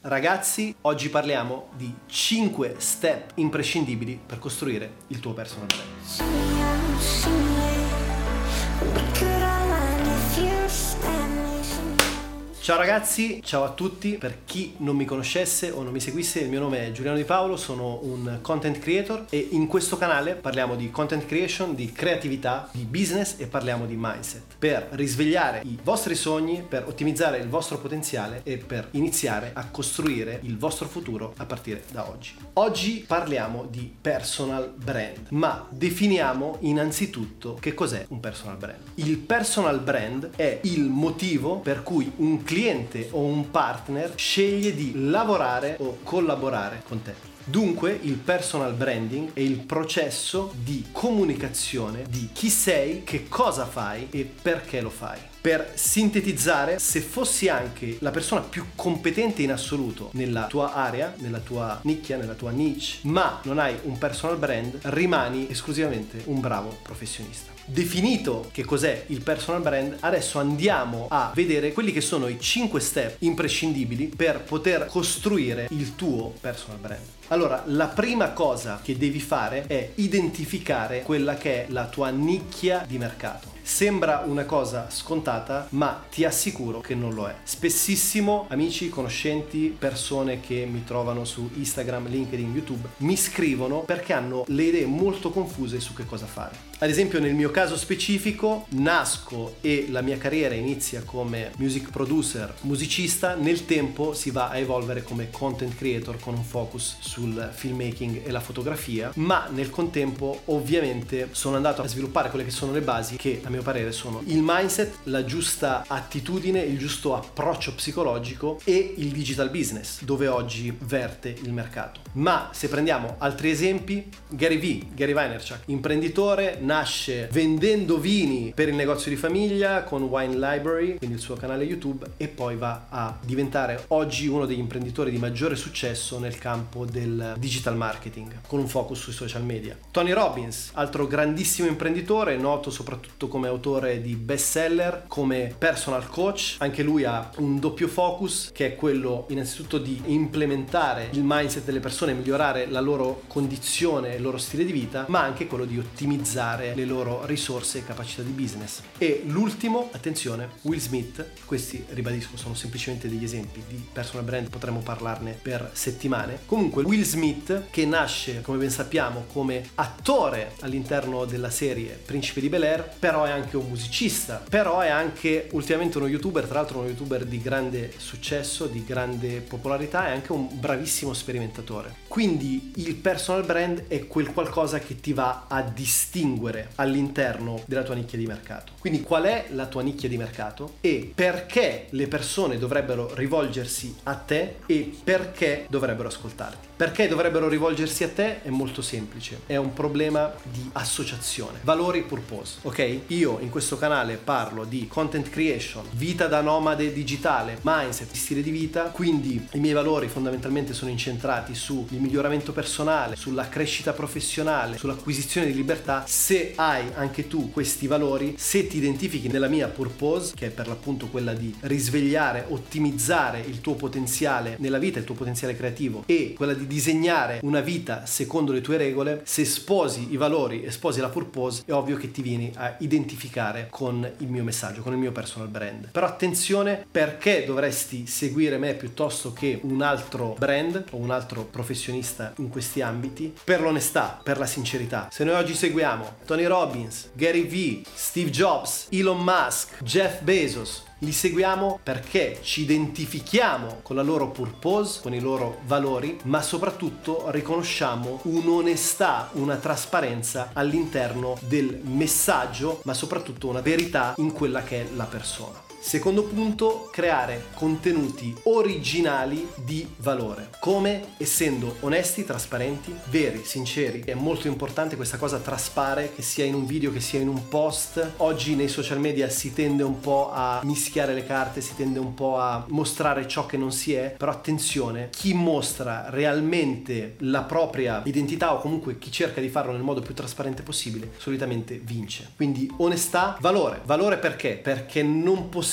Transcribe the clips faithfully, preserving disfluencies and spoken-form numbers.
Ragazzi, oggi parliamo di cinque step imprescindibili per costruire il tuo personal brand. Ciao ragazzi, ciao a tutti. Per chi non mi conoscesse o non mi seguisse, il mio nome è Giuliano Di Paolo, sono un content creator e in questo canale parliamo di content creation, di creatività, di business e parliamo di mindset per risvegliare i vostri sogni, per ottimizzare il vostro potenziale e per iniziare a costruire il vostro futuro a partire da oggi. Oggi parliamo di personal brand, ma definiamo innanzitutto che cos'è un personal brand. Il personal brand è il motivo per cui un cliente cliente o un partner sceglie di lavorare o collaborare con te. Dunque il personal branding è il processo di comunicazione di chi sei, che cosa fai e perché lo fai. Per sintetizzare, se fossi anche la persona più competente in assoluto nella tua area, nella tua nicchia, nella tua niche, ma non hai un personal brand, rimani esclusivamente un bravo professionista. Definito che cos'è il personal brand, adesso andiamo a vedere quelli che sono i cinque step imprescindibili per poter costruire il tuo personal brand. Allora, la prima cosa che devi fare è identificare quella che è la tua nicchia di mercato. Sembra una cosa scontata, ma ti assicuro che non lo è. Spessissimo amici, conoscenti, persone che mi trovano su Instagram, LinkedIn, YouTube, mi scrivono perché hanno le idee molto confuse su che cosa fare. Ad esempio, nel mio caso specifico, nasco e la mia carriera inizia come music producer, musicista, nel tempo si va a evolvere come content creator con un focus sul filmmaking e la fotografia, ma nel contempo ovviamente sono andato a sviluppare quelle che sono le basi che a mio parere sono il mindset, la giusta attitudine, il giusto approccio psicologico e il digital business, dove oggi verte il mercato. Ma se prendiamo altri esempi, Gary V, Gary Vaynerchuk, imprenditore, nasce vendendo vini per il negozio di famiglia con Wine Library, quindi il suo canale YouTube, e poi va a diventare oggi uno degli imprenditori di maggiore successo nel campo del digital marketing, con un focus sui social media. Tony Robbins, altro grandissimo imprenditore, noto soprattutto come autore di bestseller, come personal coach. Anche lui ha un doppio focus, che è quello innanzitutto di implementare il mindset delle persone, migliorare la loro condizione, il loro stile di vita, ma anche quello di ottimizzare le loro risorse e capacità di business. E l'ultimo, attenzione, Will Smith. Questi, ribadisco, sono semplicemente degli esempi di personal brand, potremmo parlarne per settimane. Comunque Will Smith, che nasce, come ben sappiamo, come attore all'interno della serie Principe di Bel-Air, però è anche un musicista, però è anche ultimamente uno youtuber, tra l'altro uno youtuber di grande successo, di grande popolarità, e anche un bravissimo sperimentatore. Quindi il personal brand è quel qualcosa che ti va a distinguere all'interno della tua nicchia di mercato. Quindi qual è la tua nicchia di mercato e perché le persone dovrebbero rivolgersi a te e perché dovrebbero ascoltarti. Perché dovrebbero rivolgersi a te è molto semplice, è un problema di associazione, valori, purpose, ok? Io in questo canale parlo di content creation, vita da nomade digitale, mindset, stile di vita, quindi i miei valori fondamentalmente sono incentrati sul miglioramento personale, sulla crescita professionale, sull'acquisizione di libertà. Se hai anche tu questi valori, se ti identifichi nella mia purpose, che è per l'appunto quella di risvegliare, ottimizzare il tuo potenziale nella vita, il tuo potenziale creativo, e quella di disegnare una vita secondo le tue regole, se sposi i valori e sposi la purpose, è ovvio che ti vieni a identificare con il mio messaggio, con il mio personal brand. Però attenzione, perché dovresti seguire me piuttosto che un altro brand o un altro professionista in questi ambiti? Per l'onestà, per la sincerità. Se noi oggi seguiamo Tony Robbins, Gary V, Steve Jobs, Elon Musk, Jeff Bezos, li seguiamo perché ci identifichiamo con la loro purpose, con i loro valori, ma soprattutto riconosciamo un'onestà, una trasparenza all'interno del messaggio, ma soprattutto una verità in quella che è la persona. Secondo punto, creare contenuti originali di valore. Come? Essendo onesti, trasparenti, veri, sinceri. È molto importante questa cosa, traspare, che sia in un video, che sia in un post. Oggi nei social media si tende un po' a mischiare le carte, si tende un po' a mostrare ciò che non si è, però attenzione, chi mostra realmente la propria identità o comunque chi cerca di farlo nel modo più trasparente possibile, solitamente vince. Quindi onestà, valore. Valore perché? Perché non possiamo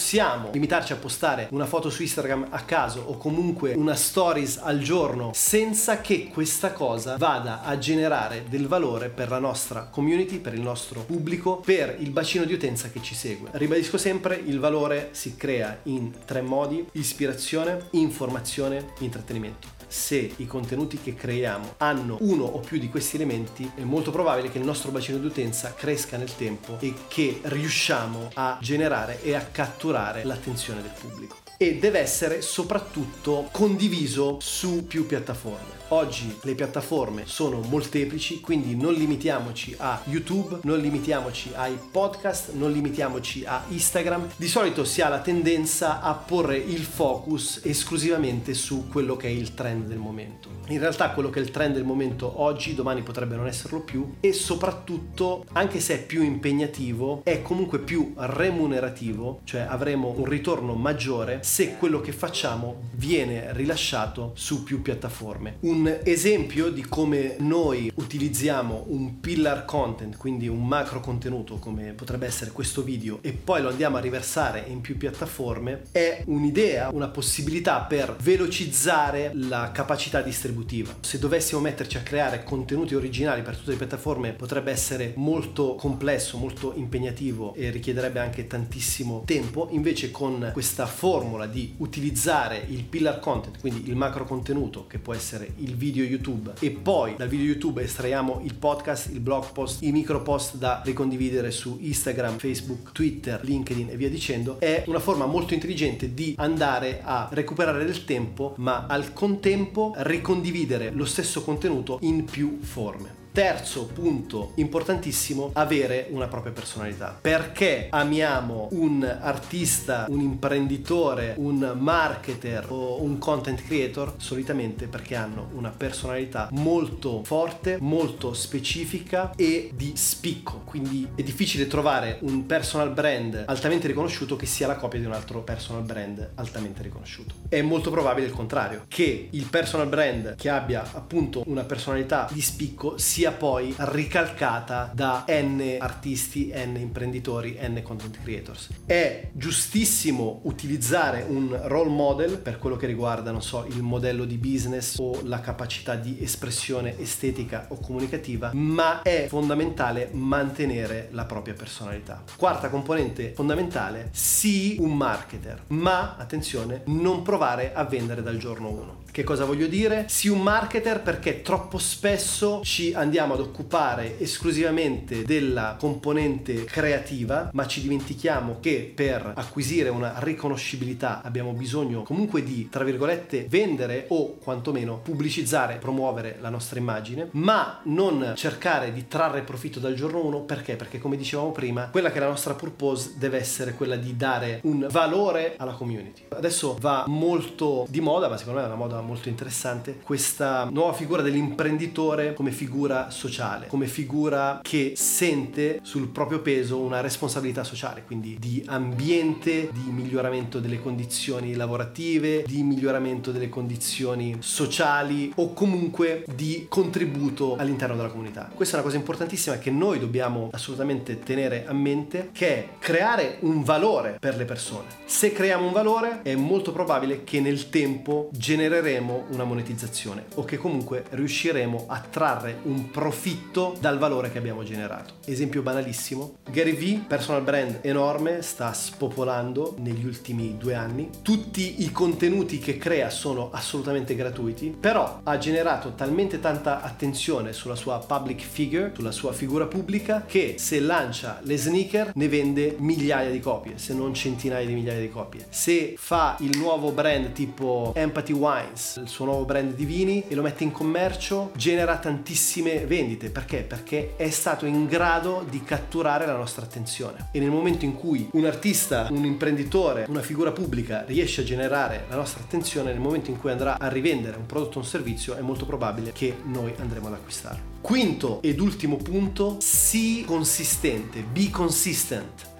possiamo limitarci a postare una foto su Instagram a caso o comunque una stories al giorno senza che questa cosa vada a generare del valore per la nostra community, per il nostro pubblico, per il bacino di utenza che ci segue. Ribadisco sempre, il valore si crea in tre modi: ispirazione, informazione, intrattenimento. Se i contenuti che creiamo hanno uno o più di questi elementi, è molto probabile che il nostro bacino di utenza cresca nel tempo e che riusciamo a generare e a catturare l'attenzione del pubblico. E deve essere soprattutto condiviso su più piattaforme. Oggi le piattaforme sono molteplici, quindi non limitiamoci a YouTube, non limitiamoci ai podcast, non limitiamoci a Instagram. Di solito si ha la tendenza a porre il focus esclusivamente su quello che è il trend del momento. In realtà quello che è il trend del momento oggi, domani potrebbe non esserlo più, e soprattutto, anche se è più impegnativo, è comunque più remunerativo, cioè avremo un ritorno maggiore se quello che facciamo viene rilasciato su più piattaforme. Un esempio di come noi utilizziamo un pillar content, quindi un macro contenuto come potrebbe essere questo video, e poi lo andiamo a riversare in più piattaforme, è un'idea, una possibilità per velocizzare la capacità distributiva. Se dovessimo metterci a creare contenuti originali per tutte le piattaforme potrebbe essere molto complesso, molto impegnativo e richiederebbe anche tantissimo tempo. Invece con questa formula di utilizzare il pillar content, quindi il macro contenuto che può essere il video YouTube, e poi dal video YouTube estraiamo il podcast, il blog post, i micro post da ricondividere su Instagram, Facebook, Twitter, LinkedIn e via dicendo, è una forma molto intelligente di andare a recuperare del tempo, ma al contempo ricondividere lo stesso contenuto in più forme. Terzo punto importantissimo: avere una propria personalità. Perché amiamo un artista, un imprenditore, un marketer o un content creator? Solitamente perché hanno una personalità molto forte, molto specifica e di spicco. Quindi è difficile trovare un personal brand altamente riconosciuto che sia la copia di un altro personal brand altamente riconosciuto. È molto probabile il contrario, che il personal brand che abbia appunto una personalità di spicco sia sia poi ricalcata da n artisti, n imprenditori, n content creators. È giustissimo utilizzare un role model per quello che riguarda, non so, il modello di business o la capacità di espressione estetica o comunicativa, ma è fondamentale mantenere la propria personalità. Quarta componente fondamentale: sii un marketer, ma attenzione, non provare a vendere dal giorno uno. Che cosa voglio dire? Sii un marketer perché troppo spesso ci andiamo ad occupare esclusivamente della componente creativa, ma ci dimentichiamo che per acquisire una riconoscibilità abbiamo bisogno comunque di, tra virgolette, vendere o quantomeno pubblicizzare, promuovere la nostra immagine, ma non cercare di trarre profitto dal giorno uno. Perché? Perché, come dicevamo prima, quella che è la nostra purpose deve essere quella di dare un valore alla community. Adesso va molto di moda, ma secondo me è una moda molto interessante, questa nuova figura dell'imprenditore come figura sociale, come figura che sente sul proprio peso una responsabilità sociale, quindi di ambiente, di miglioramento delle condizioni lavorative, di miglioramento delle condizioni sociali o comunque di contributo all'interno della comunità. Questa è una cosa importantissima che noi dobbiamo assolutamente tenere a mente, che è creare un valore per le persone. Se creiamo un valore è molto probabile che nel tempo genereremo una monetizzazione o che comunque riusciremo a trarre un profitto dal valore che abbiamo generato. Esempio banalissimo: Gary Vee, personal brand enorme, sta spopolando negli ultimi due anni. Tutti i contenuti che crea sono assolutamente gratuiti, però ha generato talmente tanta attenzione sulla sua public figure, sulla sua figura pubblica, che se lancia le sneaker ne vende migliaia di copie, se non centinaia di migliaia di copie. Se fa il nuovo brand tipo Empathy Wines, il suo nuovo brand di vini, e lo mette in commercio, genera tantissime vendite. Perché? Perché è stato in grado di catturare la nostra attenzione. E nel momento in cui un artista, un imprenditore, una figura pubblica riesce a generare la nostra attenzione, nel momento in cui andrà a rivendere un prodotto o un servizio, è molto probabile che noi andremo ad acquistarlo. Quinto ed ultimo punto: sii consistente, be consistent.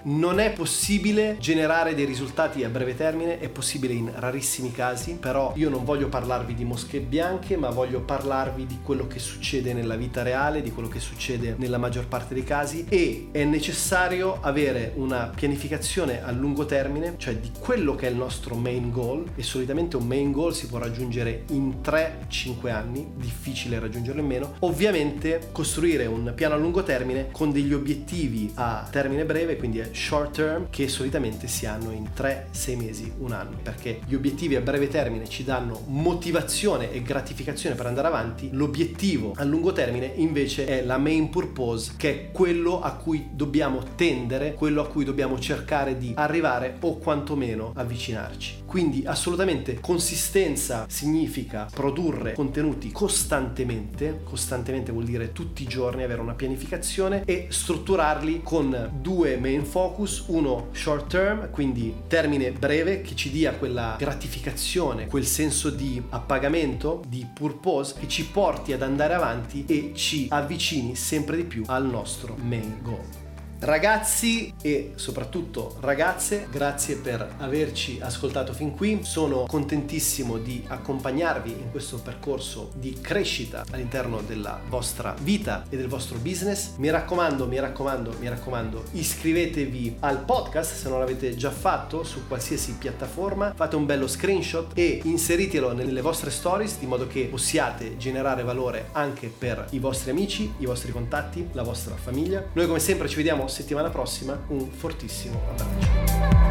Non è possibile generare dei risultati a breve termine, è possibile in rarissimi casi, però io non voglio parlarvi di mosche bianche, ma voglio parlarvi di quello che succede nella vita reale, di quello che succede nella maggior parte dei casi, e è necessario avere una pianificazione a lungo termine, cioè di quello che è il nostro main goal, e solitamente un main goal si può raggiungere in tre cinque anni, difficile raggiungerlo in meno. Ovviamente costruire un piano a lungo termine con degli obiettivi a termine breve, quindi è short term, che solitamente si hanno in tre sei mesi, un anno, perché gli obiettivi a breve termine ci danno motivazione e gratificazione per andare avanti. L'obiettivo a lungo termine invece è la main purpose, che è quello a cui dobbiamo tendere, quello a cui dobbiamo cercare di arrivare o quantomeno avvicinarci. Quindi assolutamente consistenza significa produrre contenuti costantemente, costantemente vuol dire tutti i giorni, avere una pianificazione e strutturarli con due main focus, uno short term, quindi termine breve, che ci dia quella gratificazione, quel senso di appagamento, di purpose, che ci porti ad andare avanti e ci avvicini sempre di più al nostro main goal. Ragazzi e soprattutto ragazze, grazie per averci ascoltato fin qui. Sono contentissimo di accompagnarvi in questo percorso di crescita all'interno della vostra vita e del vostro business. Mi raccomando, mi raccomando, mi raccomando, iscrivetevi al podcast se non l'avete già fatto su qualsiasi piattaforma, fate un bello screenshot e inseritelo nelle vostre stories, di modo che possiate generare valore anche per i vostri amici, i vostri contatti, la vostra famiglia. Noi come sempre ci vediamo settimana prossima, un fortissimo abbraccio.